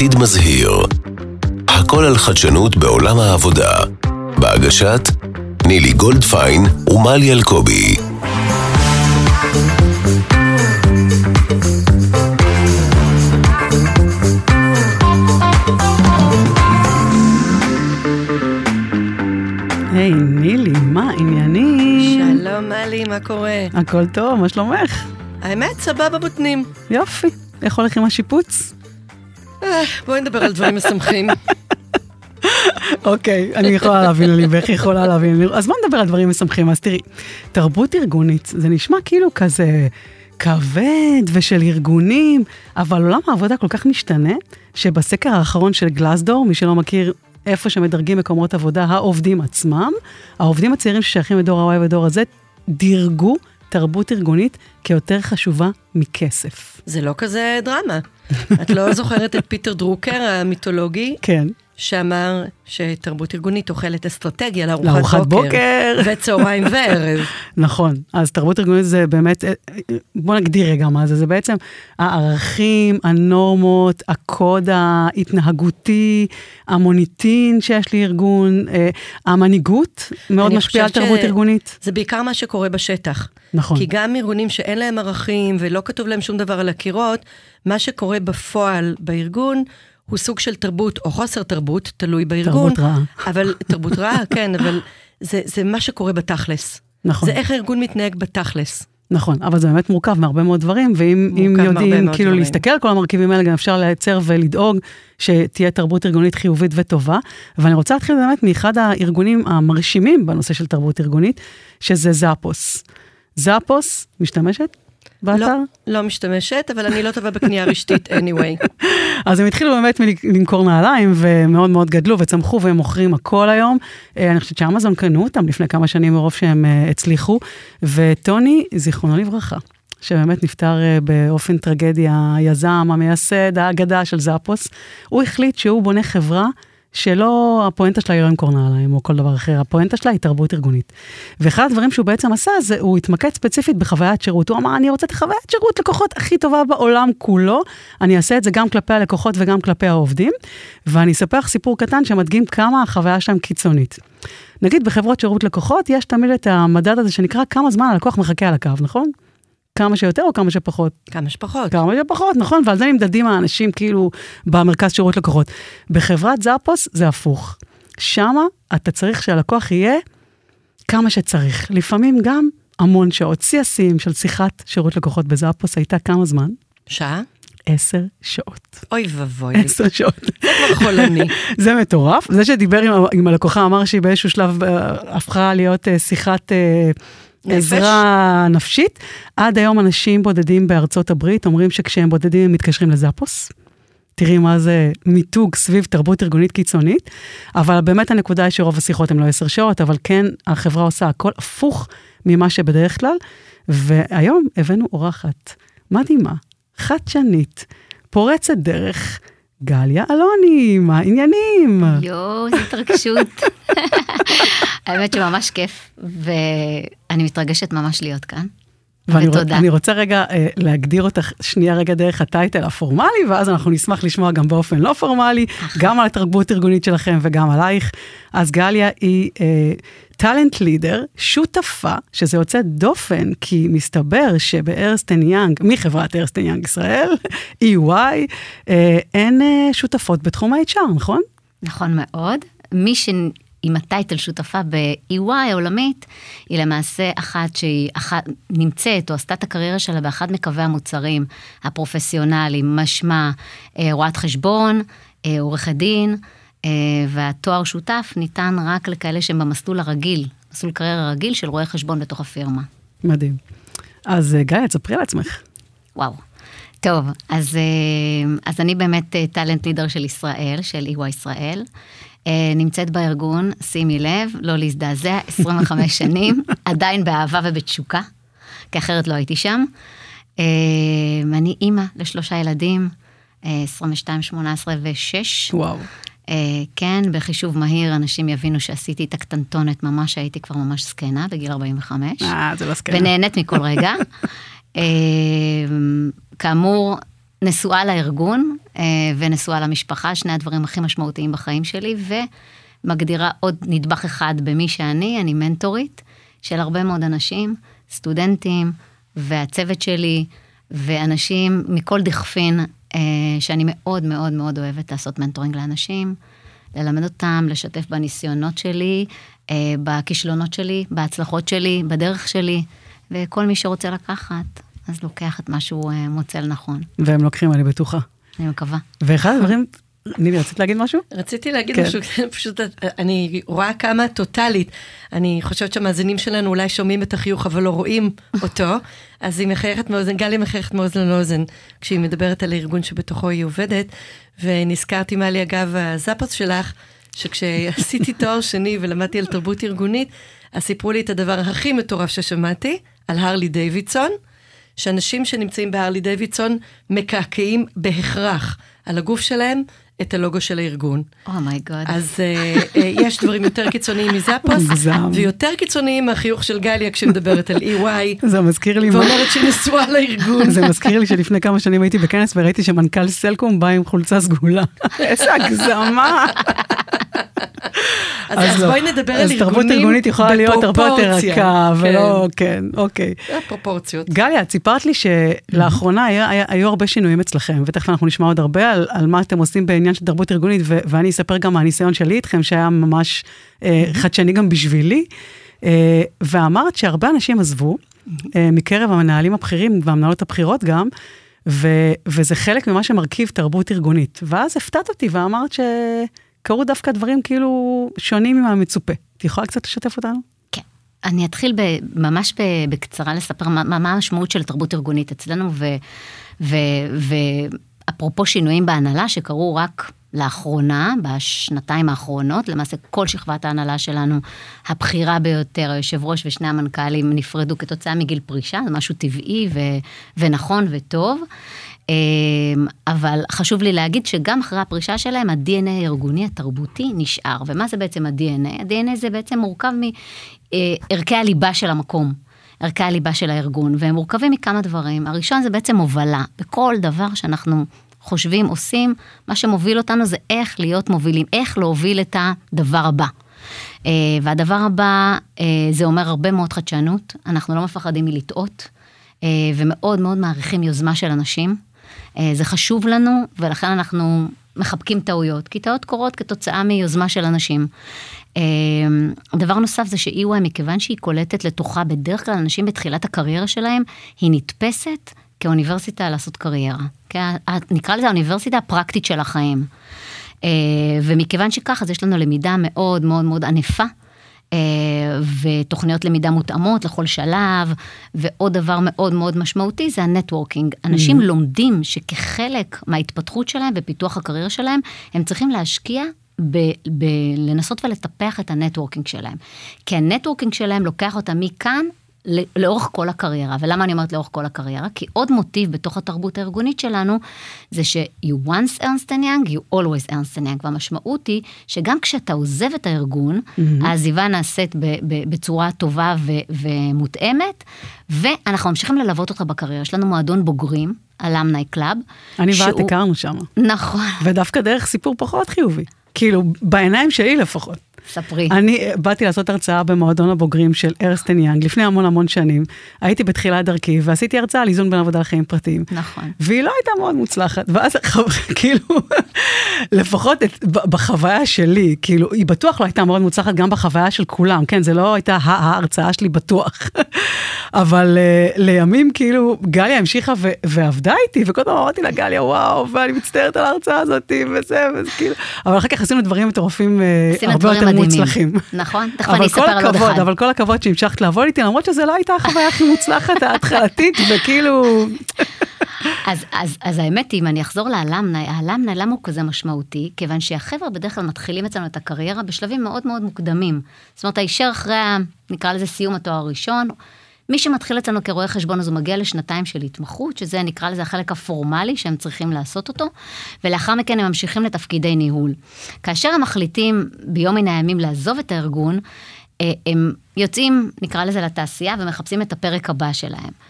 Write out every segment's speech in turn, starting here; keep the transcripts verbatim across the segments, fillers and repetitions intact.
עתיד מזהיר. הכל על חדשנות בעולם העבודה. בהגשת נילי גולדפיין ומלי אלקובי. היי נילי, מה עניינים? שלום מלי, מה קורה? הכל טוב, מה שלומך? האמת, סבבה בוטנים. יופי, איך הולך עם השיפוץ? בואי נדבר על דברים משמחים. אוקיי, אני יכולה להבין לי, ואיך יכולה להבין לי. אז בוא נדבר על דברים משמחים. אז תראי, תרבות ארגונית, זה נשמע כאילו כזה כבד ושל ארגונים, אבל עולם העבודה כל כך משתנה, שבסקר האחרון של גלאסדור, מי שלא מכיר איפה שמדרגים מקומות עבודה, העובדים עצמם, העובדים הצעירים ששייכים לדור ה-Y ודור הזה, דירגו תרבות ארגונית כיותר חשובה מכסף. זה לא כזה דרמה. את לא זוכרת את פיטר דרוקר, המיתולוגי? כן. שאמר שתרבות ארגונית אוכלת אסטרטגיה לארוחת, לארוחת בוקר. בוקר. וצהריים וערב. נכון. אז תרבות ארגונית זה באמת, בוא נגדיר רגע מה זה, זה בעצם הערכים, הנורמות, הקוד ההתנהגותי, המוניטין שיש לארגון, המנהיגות מאוד משפיעה על תרבות ארגונית. זה בעיקר מה שקורה בשטח. נכון. כי גם ארגונים שאין להם ערכים ולא כתוב להם שום דבר על הקירות, מה שקורה בפועל בארגון, הוא סוג של תרבות, או חוסר תרבות, תלוי בארגון. תרבות רעה. אבל, תרבות רעה, כן, אבל זה, זה מה שקורה בתכלס. נכון. זה איך הארגון מתנהג בתכלס. נכון, אבל זה באמת מורכב מהרבה מאוד דברים, ואם יודעים כאילו דברים. להסתכל על כל המרכיבים האלה, גם אפשר לייצר ולדאוג שתהיה תרבות ארגונית חיובית וטובה. ואני רוצה להתחיל באמת מאחד הארגונים המרשימים בנושא של תרבות ארגונית, שזה זאפוס. זאפוס, משתמשת? באתר? לא, לא משתמשת, אבל אני לא טובה בקנייה רשתית anyway. אז הם התחילו באמת למכור נעליים, ומאוד מאוד גדלו וצמחו, והם מוכרים הכל היום. אני חושבת שאמזון קנו אותם לפני כמה שנים מרוב שהם הצליחו, וטוני, זיכרונו לברכה, שבאמת נפטר באופן טרגדי, היזם, המייסד, האגדה של זאפוס, הוא החליט שהוא בונה חברה, שלא, הפואנטה שלה היא לא למכור נעליים או כל דבר אחר, הפואנטה שלה היא תרבות ארגונית. ואחד הדברים שהוא בעצם עשה, זה הוא התמקד ספציפית בחוויית שירות. הוא אמר, אני רוצה את חוויית שירות לקוחות הכי טובה בעולם כולו, אני אעשה את זה גם כלפי הלקוחות וגם כלפי העובדים, ואני אספר לך סיפור קטן שמדגים כמה החוויה שלהם קיצונית. נגיד בחברות שירות לקוחות, יש תמיד את המדד הזה שנקרא כמה זמן הלקוח מחכה על הקו, נכון? כמה שיותר או כמה שפחות? כמה שפחות. כמה שפחות, נכון, ועל זה נמדדים האנשים כאילו במרכז שירות לקוחות. בחברת זאפוס זה הפוך. שמה אתה צריך שהלקוח יהיה כמה שצריך. לפעמים גם המון שעות. שיא השיאים של שיחת שירות לקוחות בזאפוס הייתה כמה זמן? שעה? עשר שעות. אוי ובוי. עשר שעות. זה כבר חולני. זה מטורף. זה שדיבר עם, עם הלקוחה אמר שהיא באיזשהו שלב הפכה להיות שיחת עזרה נפשית. עד היום אנשים בודדים בארצות הברית אומרים שכשהם בודדים הם מתקשרים לזאפוס. תראי מה זה מיתוג סביב תרבות ארגונית קיצונית, אבל באמת הנקודה היא שרוב השיחות הן לא עשר שעות, אבל כן החברה עושה הכל הפוך ממה שבדרך כלל, והיום הבאנו אורחת מדהימה, חדשנית, פורצת דרך, גליה אלוני, מה העניינים? יו, זו התרגשות. האמת שממש כיף, ואני מתרגשת ממש להיות כאן. ותודה. ואני רוצה רגע להגדיר אותך שנייה רגע דרך הטייטל הפורמלי, ואז אנחנו נשמח לשמוע גם באופן לא פורמלי, גם על התרבות ארגונית שלכם וגם עלייך. אז גליה היא טלנט לידר, שותפה, שזה יוצא דופן, כי מסתבר שבארסט אנד יאנג, מחברת ארסט אנד יאנג ישראל, אי וואי, אין שותפות בתחום ה-אייץ' אר, נכון? נכון מאוד. מי ש... עם הטייטל שותפה ב-אי וואי העולמית, היא למעשה אחת שהיא אחת, נמצאת או עשתה את הקריירה שלה באחד מקווי המוצרים הפרופסיונליים, משמע רואת חשבון, עורכת דין, והתואר שותף ניתן רק לכאלה שהם במסלול הרגיל, מסלול קריירה רגיל של רואי חשבון בתוך הפירמה. מדהים. אז גיא, תספרי על עצמך. וואו. טוב, אז, אז אני באמת טלנט לידר של ישראל, של אי וואי ישראל, נמצאת בארגון, שימי לב, לא להזדעזע, עשרים וחמש שנים, עדיין באהבה ובתשוקה, כי אחרת לא הייתי שם. אני אימא לשלושה ילדים, עשרים ושתיים, שמונה עשרה ושש. וואו. כן, בחישוב מהיר, אנשים יבינו שעשיתי את הקטנטונת, ממש הייתי כבר ממש סקנה, בגיל ארבעים וחמש. אה, זה לא סקנה. ונהנית מכל רגע. כאמור, נשואה לארגון, ונשואה למשפחה, שני הדברים הכי משמעותיים בחיים שלי, ומגדירה עוד נדבך אחד במי שאני, אני מנטורית של הרבה מאוד אנשים, סטודנטים, והצוות שלי, ואנשים מכל דכפין, שאני מאוד מאוד מאוד אוהבת לעשות מנטורינג לאנשים, ללמד אותם, לשתף בניסיונות שלי, בכישלונות שלי, בהצלחות שלי, בדרך שלי, וכל מי שרוצה לקחת, אז לוקח את מה שהוא מוצא לנכון. והם לוקחים, אני בטוחה. אני מקווה. ואחד הדברים, נילי, רצית להגיד משהו? רציתי להגיד משהו, פשוט, אני רואה כמה טוטלית, אני חושבת שהמאזינים שלנו אולי שומעים את החיוך, אבל לא רואים אותו, אז היא מחייכת מאוזן, גלי מחייכת מאוזן לאוזן, כשהיא מדברת על הארגון שבתוכו היא עובדת, ונזכרתי מה לי אגב הזאפוס שלך, שכשעשיתי תואר שני ולמדתי על תרבות ארגונית, אז סיפרו לי את הדבר הכי מטורף ששמעתי, על הרלי דיווידסון, שאנשים שנמצאים בהרלי דיווידסון מקעקעים בהכרח על הגוף שלהם את הלוגו של הארגון. אומייגוד. אז uh, uh, יש דברים יותר קיצוניים מזאפוס, ויותר קיצוניים מהחיוך של גליה כשמדברת על אי וואי. זה מזכיר לי... ואומרת שהיא נשואה לארגון. זה מזכיר לי שלפני כמה שנים הייתי בכנס וראיתי שמנכ"ל סלקום בא עם חולצה סגולה. איזה הגזמה. אז, אז, אז בואי נדבר על ארגונים בפרופורציה. אז תרבות ארגונית יכולה להיות הרבה יותר רכה, ולא, כן, אוקיי. זה הפרופורציות. גליה, את סיפרת לי שלאחרונה היה, היה, היו הרבה שינויים אצלכם, ותכף אנחנו נשמע עוד הרבה על, על מה אתם עושים בעניין של תרבות ארגונית, ו- ואני אספר גם מהניסיון שלי איתכם, שהיה ממש אה, חדשני גם בשבילי, אה, ואמרת שהרבה אנשים עזבו, אה, מקרב המנהלים הבכירים והמנהלות הבכירות גם, ו- וזה חלק ממה שמרכיב תרבות ארגונית. ואז הפתעת אותי ואמרת ש... קרו דווקא דברים כאילו שונים מהמצופה. את יכולה קצת לשתף אותנו? כן. אני אתחיל ב, ממש ב, בקצרה לספר מה, מה המשמעות של תרבות ארגונית אצלנו, ו, ו, ואפרופו שינויים בהנהלה שקרו רק לאחרונה, בשנתיים האחרונות, למעשה כל שכבת ההנהלה שלנו, הבחירה ביותר, היושב ראש ושני המנכ"לים נפרדו כתוצאה מגיל פרישה, זה משהו טבעי ו, ונכון וטוב, אבל חשוב לי להגיד שגם אחרי הפרישה שלהם, ה-די אן איי הארגוני התרבותי נשאר. ומה זה בעצם ה-די אן איי? ה-די אן איי זה בעצם מורכב מערכי הליבה של המקום, ערכי הליבה של הארגון, והם מורכבים מכמה דברים. הראשון זה בעצם הובלה. בכל דבר שאנחנו חושבים, עושים, מה שמוביל אותנו זה איך להיות מובילים, איך להוביל את הדבר הבא. והדבר הבא זה אומר הרבה מאוד חדשנות, אנחנו לא מפחדים מלטעות, ומאוד מאוד מעריכים יוזמה של אנשים. זה חשוב לנו, ולכן אנחנו מחבקים טעויות, כי טעויות קורות כתוצאה מיוזמה של אנשים. דבר נוסף זה שאי וואי, מכיוון שהיא קולטת לתוכה בדרך כלל אנשים בתחילת הקריירה שלהם, היא נתפסת כאוניברסיטה לעשות קריירה. נקרא לזה האוניברסיטה הפרקטית של החיים. ומכיוון שכך, אז יש לנו למידה מאוד מאוד מאוד ענפה, ותוכניות למידה מותאמות לכל שלב, ועוד דבר מאוד מאוד משמעותי זה הנטוורקינג. אנשים mm-hmm. לומדים שכחלק מההתפתחות שלהם ופיתוח הקריירה שלהם, הם צריכים להשקיע ב- ב- לנסות ולטפח את הנטוורקינג שלהם. כי הנטוורקינג שלהם לוקח אותם מכאן לאורך כל הקריירה. ולמה אני אומרת לאורך כל הקריירה? כי עוד מוטיב בתוך התרבות הארגונית שלנו, זה ש-you once Ernst and Young, you always Ernst and Young. והמשמעות היא שגם כשאתה עוזב את הארגון, mm-hmm. העזיבה נעשית ב- ב- בצורה טובה ו- ומותאמת, ואנחנו ממשיכים ללוות אותך בקריירה. יש לנו מועדון בוגרים, אלמני קלאב. אני ואת הכרנו שם. נכון. ודווקא דרך סיפור פחות חיובי. כאילו, בעיניים שלי לפחות. ספרי. אני באתי לעשות הרצאה במועדון הבוגרים של ארנסט אנד יאנג, לפני המון המון שנים. הייתי בתחילת דרכי, ועשיתי הרצאה על איזון בין עבודה לחיים פרטיים. נכון. והיא לא הייתה מאוד מוצלחת, ואז כאילו, לפחות את, בחוויה שלי, כאילו, היא בטוח לא הייתה מאוד מוצלחת גם בחוויה של כולם, כן, זה לא הייתה ההרצאה שלי בטוח. אבל uh, לימים, כאילו, גליה המשיכה ו- ועבדה איתי, וכל פעם אמרתי לה, גליה, וואו, ואני מצטערת על ההרצאה הזאת, וזה, וזה, כאילו. אבל אחר כך עשינו דברים מטורפים uh, הרבה יותר מוצלחים. נכון, תכף אני אספר על עוד אחד. אבל כל הכבוד שהמשכת לעבוד איתי, למרות שזה לא הייתה החוויה הכי מוצלחת ההתחלתית, וכאילו... אז, אז, אז האמת היא, אם אני אחזור לאלמני, האלמני, למה הוא כזה משמעותי? כיוון שהחבר'ה בדרך כלל מתחילים אצלנו את הקריירה בשלבים מאוד מאוד מוקדמים. זאת אומרת, הישר אחרי, נקרא לזה סיום התואר הראשון, מי שמתחיל אצלנו כרואה חשבון, אז הוא מגיע לשנתיים של התמחות, שזה נקרא לזה החלק הפורמלי שהם צריכים לעשות אותו, ולאחר מכן הם ממשיכים לתפקידי ניהול. כאשר הם מחליטים ביום מן הימים לעזוב את הארגון, הם יוצאים, נקרא לזה לתעשייה, ומחפשים את הפרק הבא שלהם.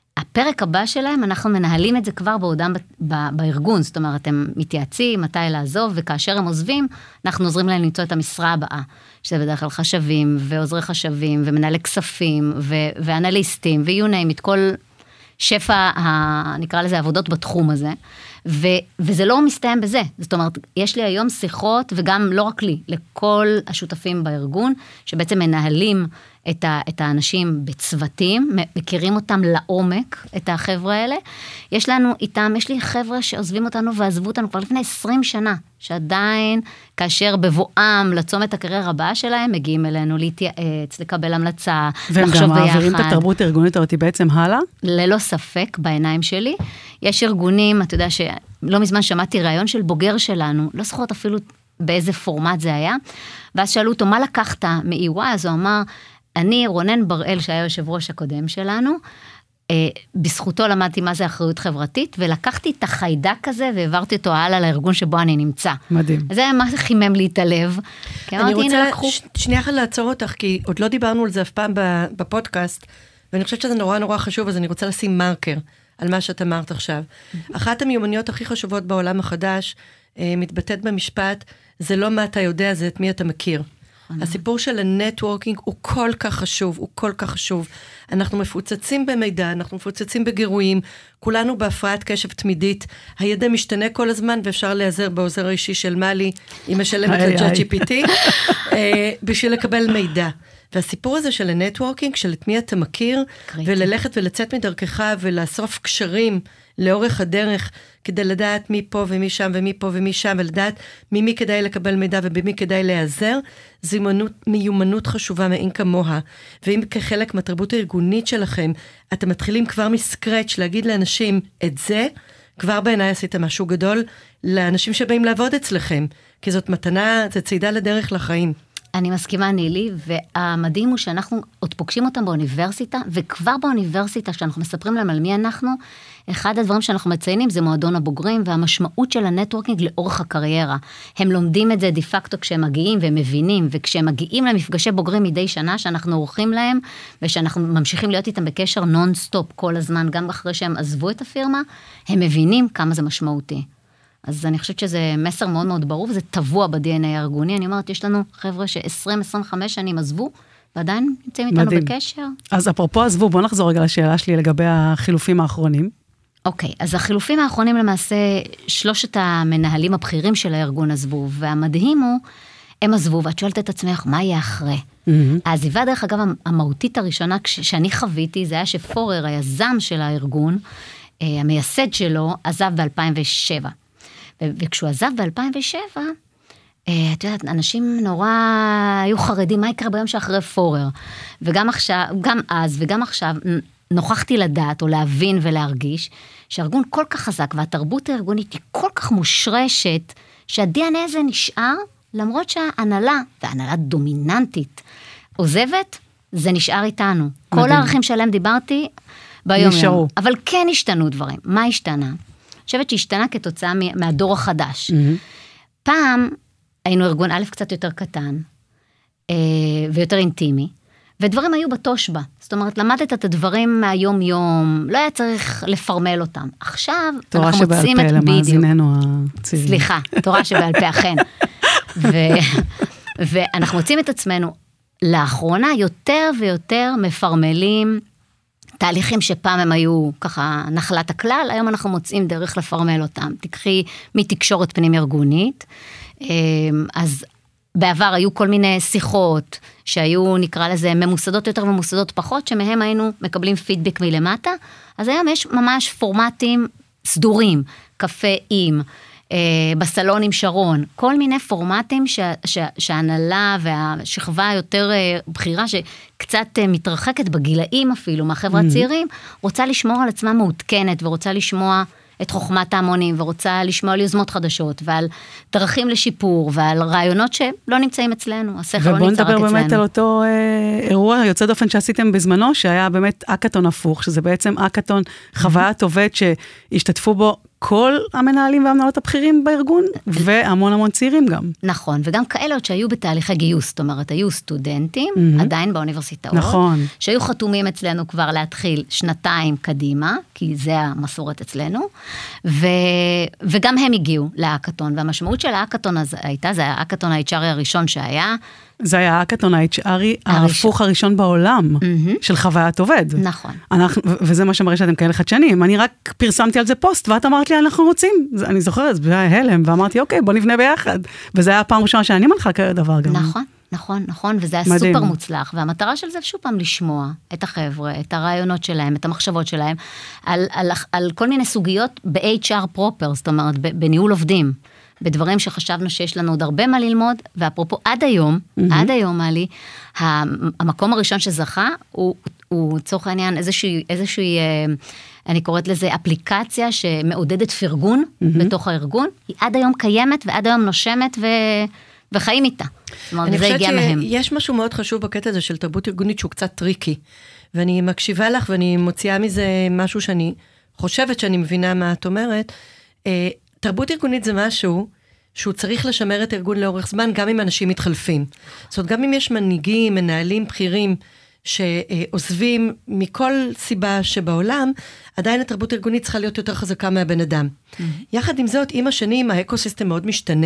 הפרק הבא שלהם, אנחנו מנהלים את זה כבר בעודם בארגון, זאת אומרת, הם מתייעצים, מתי לעזוב, וכאשר הם עוזבים, אנחנו עוזרים להם למצוא את המשרה הבאה, שזה בדרך כלל חשבים, ועוזרי חשבים, ומנהלי כספים, ואנליסטים, ו-you name it, כל שפע, נקרא לזה, עבודות בתחום הזה, ו- וזה לא מסתיים בזה, זאת אומרת, יש לי היום שיחות, וגם לא רק לי, לכל השותפים בארגון, שבעצם מנהלים את, ה- את האנשים בצוותים, מכירים אותם לעומק, את החבר'ה האלה, יש לנו איתם, יש לי חבר'ה שעוזבים אותנו ועזבו אותנו כבר לפני עשרים שנה, שעדיין, כאשר בבואם לצומת הקריירה הבאה שלהם, מגיעים אלינו להתייעץ, לקבל המלצה, לחשוב ביחד. והם גם מעבירים את התרבות הארגונית אותי בעצם הלאה? ללא ספק, בעיניים שלי. יש ארגונים, אתה יודע שלא מזמן שמעתי רעיון של בוגר שלנו, לא זוכרת אפילו באיזה פורמט זה היה, ואז שאלו אותו, מה לקחת מ-אי וואי? אז הוא אמר, אני, רונן בראל, שהיה יושב ראש הקודם שלנו, בזכותו למדתי מה זה אחריות חברתית, ולקחתי את החיידק הזה, והעברתי אותו הלאה לארגון שבו אני נמצא. מדהים. זה מה חימם לי את הלב. אני רוצה שנייה אחת לעצור אותך, כי עוד לא דיברנו על זה אף פעם בפודקאסט, ואני חושבת שזה נורא נורא חשוב, אז אני רוצה לשים מרקר על מה שאת אמרת עכשיו. אחת המיומנויות הכי חשובות בעולם החדש, מתבטאת במשפט, זה לא מה אתה יודע, זה את מי אתה מכיר. הסיפור של הנטוורקינג הוא כל כך חשוב, הוא כל כך חשוב. אנחנו מפוצצים במידע, אנחנו מפוצצים בגירויים, כולנו בהפרעת קשב תמידית, הידע משתנה כל הזמן, ואפשר להיעזר בעוזר האישי של מלי, היא משלמת ל-ג'אט ג'י פי טי, בשביל לקבל מידע. והסיפור הזה של הנטוורקינג, של את מי אתה מכיר, וללכת ולצאת מדרכך, ולאסוף קשרים לאורך הדרך, כדי לדעת מי פה ומי שם ומי פה ומי שם, ולדעת ממי כדאי לקבל מידע ובמי כדאי להיעזר, זו מיומנות חשובה מאין כמוה. ואם כחלק מהתרבות הארגונית שלכם, אתם מתחילים כבר מסקרץ' להגיד לאנשים את זה, כבר בעיניי עשית משהו גדול לאנשים שבאים לעבוד אצלכם, כי זאת מתנה, זה צעידה לדרך לחיים. אני מסכימה נילי, והמדהים הוא שאנחנו עוד פוגשים אותם באוניברסיטה, וכבר באוניברסיטה שאנחנו מספרים להם על מי אנחנו, אחד הדברים שאנחנו מציינים זה מועדון הבוגרים, והמשמעות של הנטוורקינג לאורך הקריירה. הם לומדים את זה דה פקטו כשהם מגיעים והם מבינים, וכשהם מגיעים למפגשי בוגרים מדי שנה שאנחנו עורכים להם, ושאנחנו ממשיכים להיות איתם בקשר נון-סטופ כל הזמן, גם אחרי שהם עזבו את הפירמה, הם מבינים כמה זה משמעותי. אז אני חושבת שזה מסר מאוד מאוד ברור, וזה טבוע ב-די אן איי הארגוני. אני אומרת, יש לנו חבר'ה ש-עשרים עשרים וחמש שנים עזבו, ועדיין נמצאים איתנו מדהים. בקשר. אז אפרופו עזבו, בוא נחזור רגע לשאלה שלי לגבי החילופים האחרונים. אוקיי, אז החילופים האחרונים למעשה, שלושת המנהלים הבכירים של הארגון עזבו, והמדהים הוא, הם עזבו, ואת שואלת את עצמך, מה יהיה אחרי? Mm-hmm. העזיבה, דרך אגב, המהותית הראשונה שאני חוויתי, זה היה שפורר, היזם של הארגון, המייסד שלו, עזב ב-אלפיים ושבע. וכשהוא עזב ב-אלפיים ושבע, את יודעת, אנשים נורא היו חרדים, מה יקרה ביום שאחרי פורר? וגם עכשיו, גם אז וגם עכשיו, נוכחתי לדעת או להבין ולהרגיש, שהארגון כל כך חזק, והתרבות הארגונית היא כל כך מושרשת, שה-די אן איי הזה נשאר, למרות שההנהלה, וההנהלה דומיננטית, עוזבת, זה נשאר איתנו. מדהים. כל הערכים שעליהם דיברתי, ביום יום. אבל כן השתנו דברים. מה השתנה? אני חושבת שהשתנה כתוצאה מהדור החדש. Mm-hmm. פעם היינו ארגון א' קצת יותר קטן, ויותר אינטימי, ודברים היו בתושבה. זאת אומרת, למדת את הדברים מהיום יום, לא היה צריך לפרמל אותם. עכשיו אנחנו מוצאים את בדיוק. תורה שבעל פה למאזיננו הצעירים. סליחה, תורה שבעל פה אכן. ואנחנו מוצאים את עצמנו, לאחרונה יותר ויותר מפרמלים, תהליכים שפעם הם היו ככה נחלת הכלל, היום אנחנו מוצאים דרך לפרמל אותם. תקחי מתקשורת פנים ארגונית, אז בעבר היו כל מיני שיחות, שהיו נקרא לזה ממוסדות יותר וממוסדות פחות, שמהם היינו מקבלים פידבק מלמטה, אז היום יש ממש פורמטים סדורים, קפה עם, בסלון עם שרון, כל מיני פורמטים שההנהלה והשכבה היותר בחירה, שקצת מתרחקת בגילאים אפילו מהחבר'ה הצעירים, רוצה לשמור על עצמה מעודכנת, ורוצה לשמוע את חוכמת ההמונים, ורוצה לשמוע על יוזמות חדשות, ועל דרכים לשיפור, ועל רעיונות שלא נמצאים אצלנו, השכל לא נמצא רק אצלנו. ובואו נדבר באמת על אותו אה, אירוע יוצא דופן שעשיתם בזמנו, שהיה באמת אקאטון הפוך, שזה בעצם אקאטון חוויית עובד שהשתתפו בו כל המנהלים והמנהלות הבכירים בארגון, והמון המון צעירים גם. נכון, וגם כאלה עוד שהיו בתהליכי גיוס, זאת אומרת, היו סטודנטים, עדיין באוניברסיטאות, נכון. שהיו חתומים אצלנו כבר להתחיל שנתיים קדימה, כי זה המסורת אצלנו, ו... וגם הם הגיעו להאקתון, והמשמעות של ההאקתון הייתה, זה ההאקתון ה-אייץ' אר הראשון שהיה, זה היה ההאקתון ה-אייץ' אר ההפוך הראשון בעולם, של חוויית עובד. נכון. וזה מה שמראה שאתם כאלה חדשנים. אני רק פרסמתי על זה פוסט, ואת אמרת לי, אנחנו רוצים. אני זוכרת, זה היה הלם, ואמרתי, אוקיי, בוא נבנה ביחד. וזה היה הפעם ראשונה שאני מנחה כזה דבר גם. נכון, נכון, נכון, וזה היה סופר מוצלח, והמטרה של זה שוב פעם לשמוע את החבר'ה, את הרעיונות שלהם, את המחשבות שלהם, על, על, על כל מיני סוגיות ב-אייץ' אר פרופר, זאת אומרת, בניהול עובדים. בדברים שחשבנו שיש לנו עוד הרבה מה ללמוד, ואפרופו עד היום, mm-hmm. עד היום, מעלי, המקום הראשון שזכה, הוא, הוא צורך העניין איזושהי, איזושהי, אני קוראת לזה אפליקציה שמעודדת פרגון mm-hmm. בתוך הארגון, היא עד היום קיימת ועד היום נושמת ו... וחיים איתה. זאת אומרת, זה הגיע מהם. אני חושבת שיש משהו מאוד חשוב בקטע הזה של תרבות ארגונית שהוא קצת טריקי, ואני מקשיבה לך ואני מוציאה מזה משהו שאני חושבת שאני מבינה מה את אומרת, תרבות ארגונית זה משהו שהוא צריך לשמר את הארגון לאורך זמן, גם אם אנשים מתחלפים. זאת אומרת, גם אם יש מנהיגים, מנהלים, בכירים, שעוזבים מכל סיבה שבעולם, עדיין התרבות הארגונית צריכה להיות יותר חזקה מהבן אדם. Mm-hmm. יחד עם זאת, עם השנים, האקוסיסטם מאוד משתנה.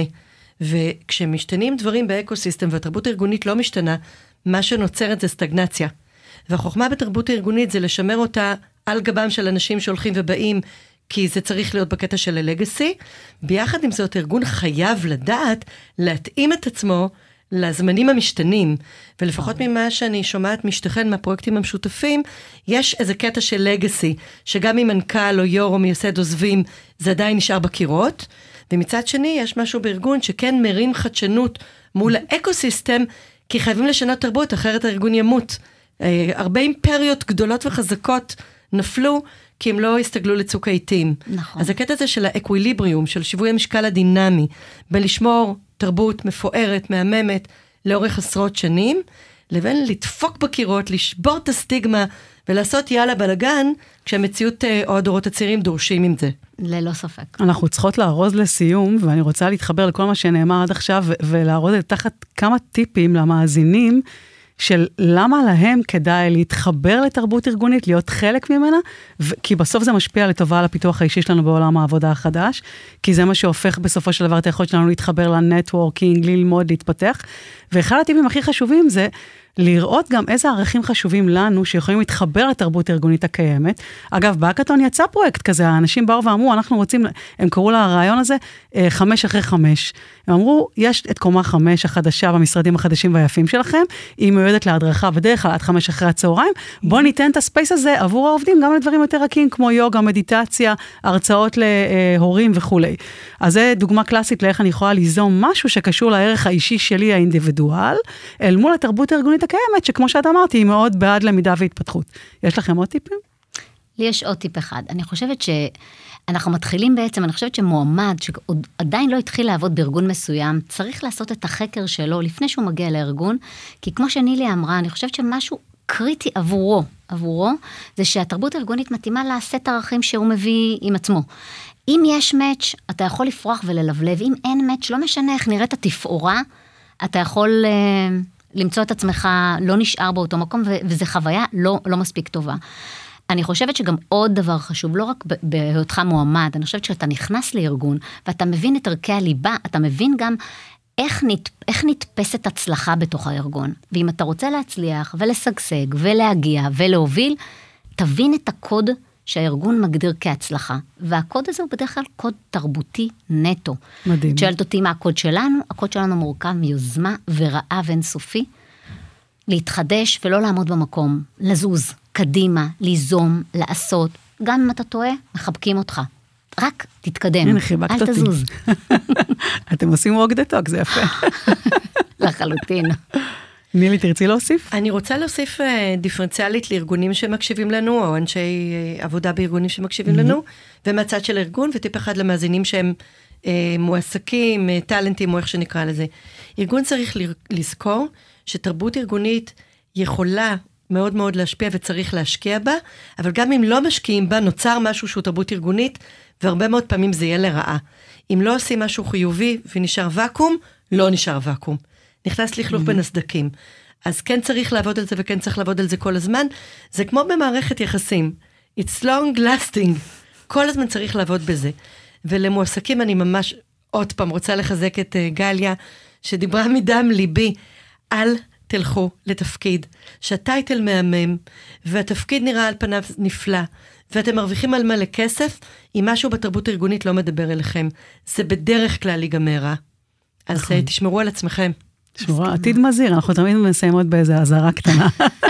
וכשמשתנים דברים באקוסיסטם, והתרבות הארגונית לא משתנה, מה שנוצרת זה סטגנציה. והחוכמה בתרבות הארגונית זה לשמר אותה על גבם של אנשים שהולכים ובאים, כי זה צריך להיות בקטע של הלגסי, ביחד עם זאת, ארגון חייב לדעת להתאים את עצמו לזמנים המשתנים, ולפחות ממה שאני שומעת משתכן מהפרויקטים המשותפים, יש איזה קטע של לגסי, שגם אם מנכ"ל או יור או מייסד עוזבים, זה עדיין נשאר בקירות, ומצד שני יש משהו בארגון שכן מרים חדשנות מול האקוסיסטם, כי חייבים לשנות תרבות, אחרת הארגון ימות. הרבה אימפריות גדולות וחזקות נפלו, כי הם לא הסתגלו לצוק העיתים. נכון. אז הקטע הזה של האקוויליבריום, של שיווי המשקל הדינמי, בלשמור תרבות מפוארת, מהממת, לאורך עשרות שנים, לבין לדפוק בקירות, לשבור את הסטיגמה, ולעשות יאללה בלגן, כשהמציאות או הדורות הצעירים דורשים עם זה. ללא ספק. אנחנו צריכות לארוז לסיום, ואני רוצה להתחבר לכל מה שנאמר עד עכשיו, ולארוז תחת כמה טיפים למאזינים, של למה להם כדאי להתחבר לתרבות ארגונית, להיות חלק ממנה, ו- כי בסוף זה משפיע לטובה על הפיתוח האישי שלנו בעולם העבודה החדש, כי זה מה שהופך בסופו של דבר את היכולת שלנו להתחבר לנטוורקינג, ללמוד, להתפתח, ואחד הטיפים הכי חשובים זה, לראות גם איזה ערכים חשובים לנו, שיכולים להתחבר לתרבות הארגונית הקיימת. אגב, בהאקתון יצא פרויקט כזה, האנשים באו ואמרו, אנחנו רוצים, הם קראו לרעיון הזה, חמש אחרי חמש. הם אמרו, יש את קומה חמש החדשה במשרדים החדשים והיפים שלכם, היא מיועדת להדרכה בדרך כלל עד חמש אחרי הצהריים, בואו ניתן את הספייס הזה עבור העובדים, גם לדברים יותר רכים, כמו יוגה, מדיטציה, הרצאות להורים וכו'. אז זה דוגמה קלאסית לאיך אני יכולה ליזום משהו שקשור לערך האישי שלי, האינדיבידואל, אל מול התרבות הארגונית הקיימת, שכמו שאת אמרתי, היא מאוד בעד למידה והתפתחות. יש לכם עוד טיפים? לי יש עוד טיפ אחד. אני חושבת שאנחנו מתחילים בעצם, אני חושבת שמועמד, שעדיין לא התחיל לעבוד בארגון מסוים, צריך לעשות את החקר שלו לפני שהוא מגיע לארגון, כי כמו שנילי אמרה, אני חושבת שמשהו קריטי עבורו, עבורו, זה שהתרבות הארגונית מתאימה לסט ערכים שהוא מביא עם עצמו. אם יש מאץ', אתה יכול לפרוח וללבלב, אם אין מאץ', לא משנה איך נראית התפאורה, אתה יכול למצוא את עצמך, לא נשאר באותו מקום, וזו חוויה לא, לא מספיק טובה. אני חושבת שגם עוד דבר חשוב, לא רק בהיותך מועמד, אני חושבת שאתה נכנס לארגון, ואתה מבין את ערכי הליבה, אתה מבין גם איך, נת, איך נתפסת הצלחה בתוך הארגון. ואם אתה רוצה להצליח ולשגשג ולהגיע ולהוביל, תבין את הקוד שהארגון מגדיר כהצלחה. והקוד הזה הוא בדרך כלל קוד תרבותי נטו. מדהים. שואלת אותי מה הקוד שלנו, הקוד שלנו מורכב מיוזמה ורעב אינסופי, להתחדש ולא לעמוד במקום, לזוז, קדימה, ליזום, לעשות. גם אם אתה טועה, מחבקים אותך. רק תתקדם, הנה, חיבקת אל אותי. תזוז. אתם עושים walk the talk, זה יפה. לחלוטין. נילי, תרצי להוסיף? אני רוצה להוסיף דיפרנציאלית לארגונים שמקשיבים לנו, או אנשי עבודה בארגונים שמקשיבים לנו, ומהצד של הארגון, וטיפ אחד למאזינים שהם מועסקים, טלנטים, או איך שנקרא לזה. ארגון צריך לזכור שתרבות ארגונית יכולה מאוד מאוד להשפיע וצריך להשקיע בה, אבל גם אם לא משקיעים בה, נוצר משהו שהוא תרבות ארגונית, והרבה מאוד פעמים זה יהיה לרעה. אם לא עושים משהו חיובי ונשאר ואקום, לא נשאר ואקום. נכנס לכלוך בין הסדקים. אז כן צריך לעבוד על זה וכן צריך לעבוד על זה כל הזמן. זה כמו במערכת יחסים. It's long lasting. כל הזמן צריך לעבוד בזה. ולמועסקים אני ממש עוד פעם רוצה לחזק את uh, גליה, שדיברה מדם ליבי, אל תלכו לתפקיד, שהטייטל מהמם, והתפקיד נראה על פניו נפלא, ואתם מרוויחים על מלא כסף, אם משהו בתרבות הארגונית לא מדבר אליכם. זה בדרך כלל ייגמר רע. אז נכון. תשמרו על עצמכם. תשמרו, עתיד מזהיר, אנחנו תמיד מסיימות באיזה הזרה קטנה.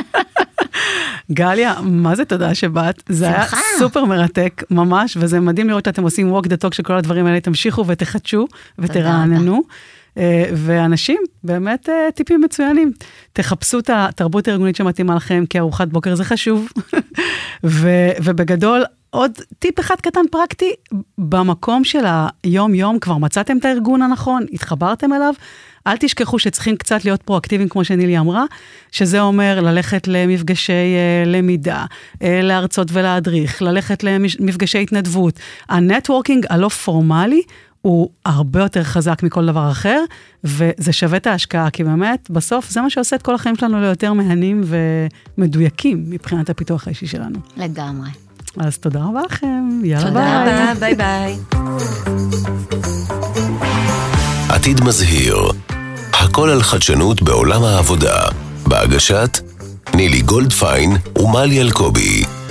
גליה, מה זה תודה שבאת? זה היה סופר מרתק, ממש, וזה מדהים לראות שאתם עושים walk the talk, שכל הדברים האלה תמשיכו ותחדשו ותרעננו. ואנשים, באמת טיפים מצוינים. תחפשו את התרבות הארגונית שמתאימה לכם, כי ארוחת בוקר זה חשוב. ובגדול, עוד טיפ אחד קטן פרקטי, במקום של היום-יום כבר מצאתם את הארגון הנכון, התחברתם אליו, אל תשכחו שצריכים קצת להיות פרואקטיביים, כמו שנילי אמרה, שזה אומר ללכת למפגשי למידה, להרצות ולהדריך, ללכת למפגשי התנדבות. הנטוורקינג הלא פורמלי, הוא הרבה יותר חזק מכל דבר אחר, וזה שווה את ההשקעה, כי באמת, בסוף זה מה שעושה את כל החיים שלנו ליותר מהנים ומדויקים, מבחינת הפיתוח האישי שלנו. לגמרי. אז תודה רבה לכם, יאללה ביי. תודה רבה, ביי ביי. עתיד מזהיר, הכל על חדשנות בעולם העבודה, בהגשת נילי גולדפיין ומלי אלקובי.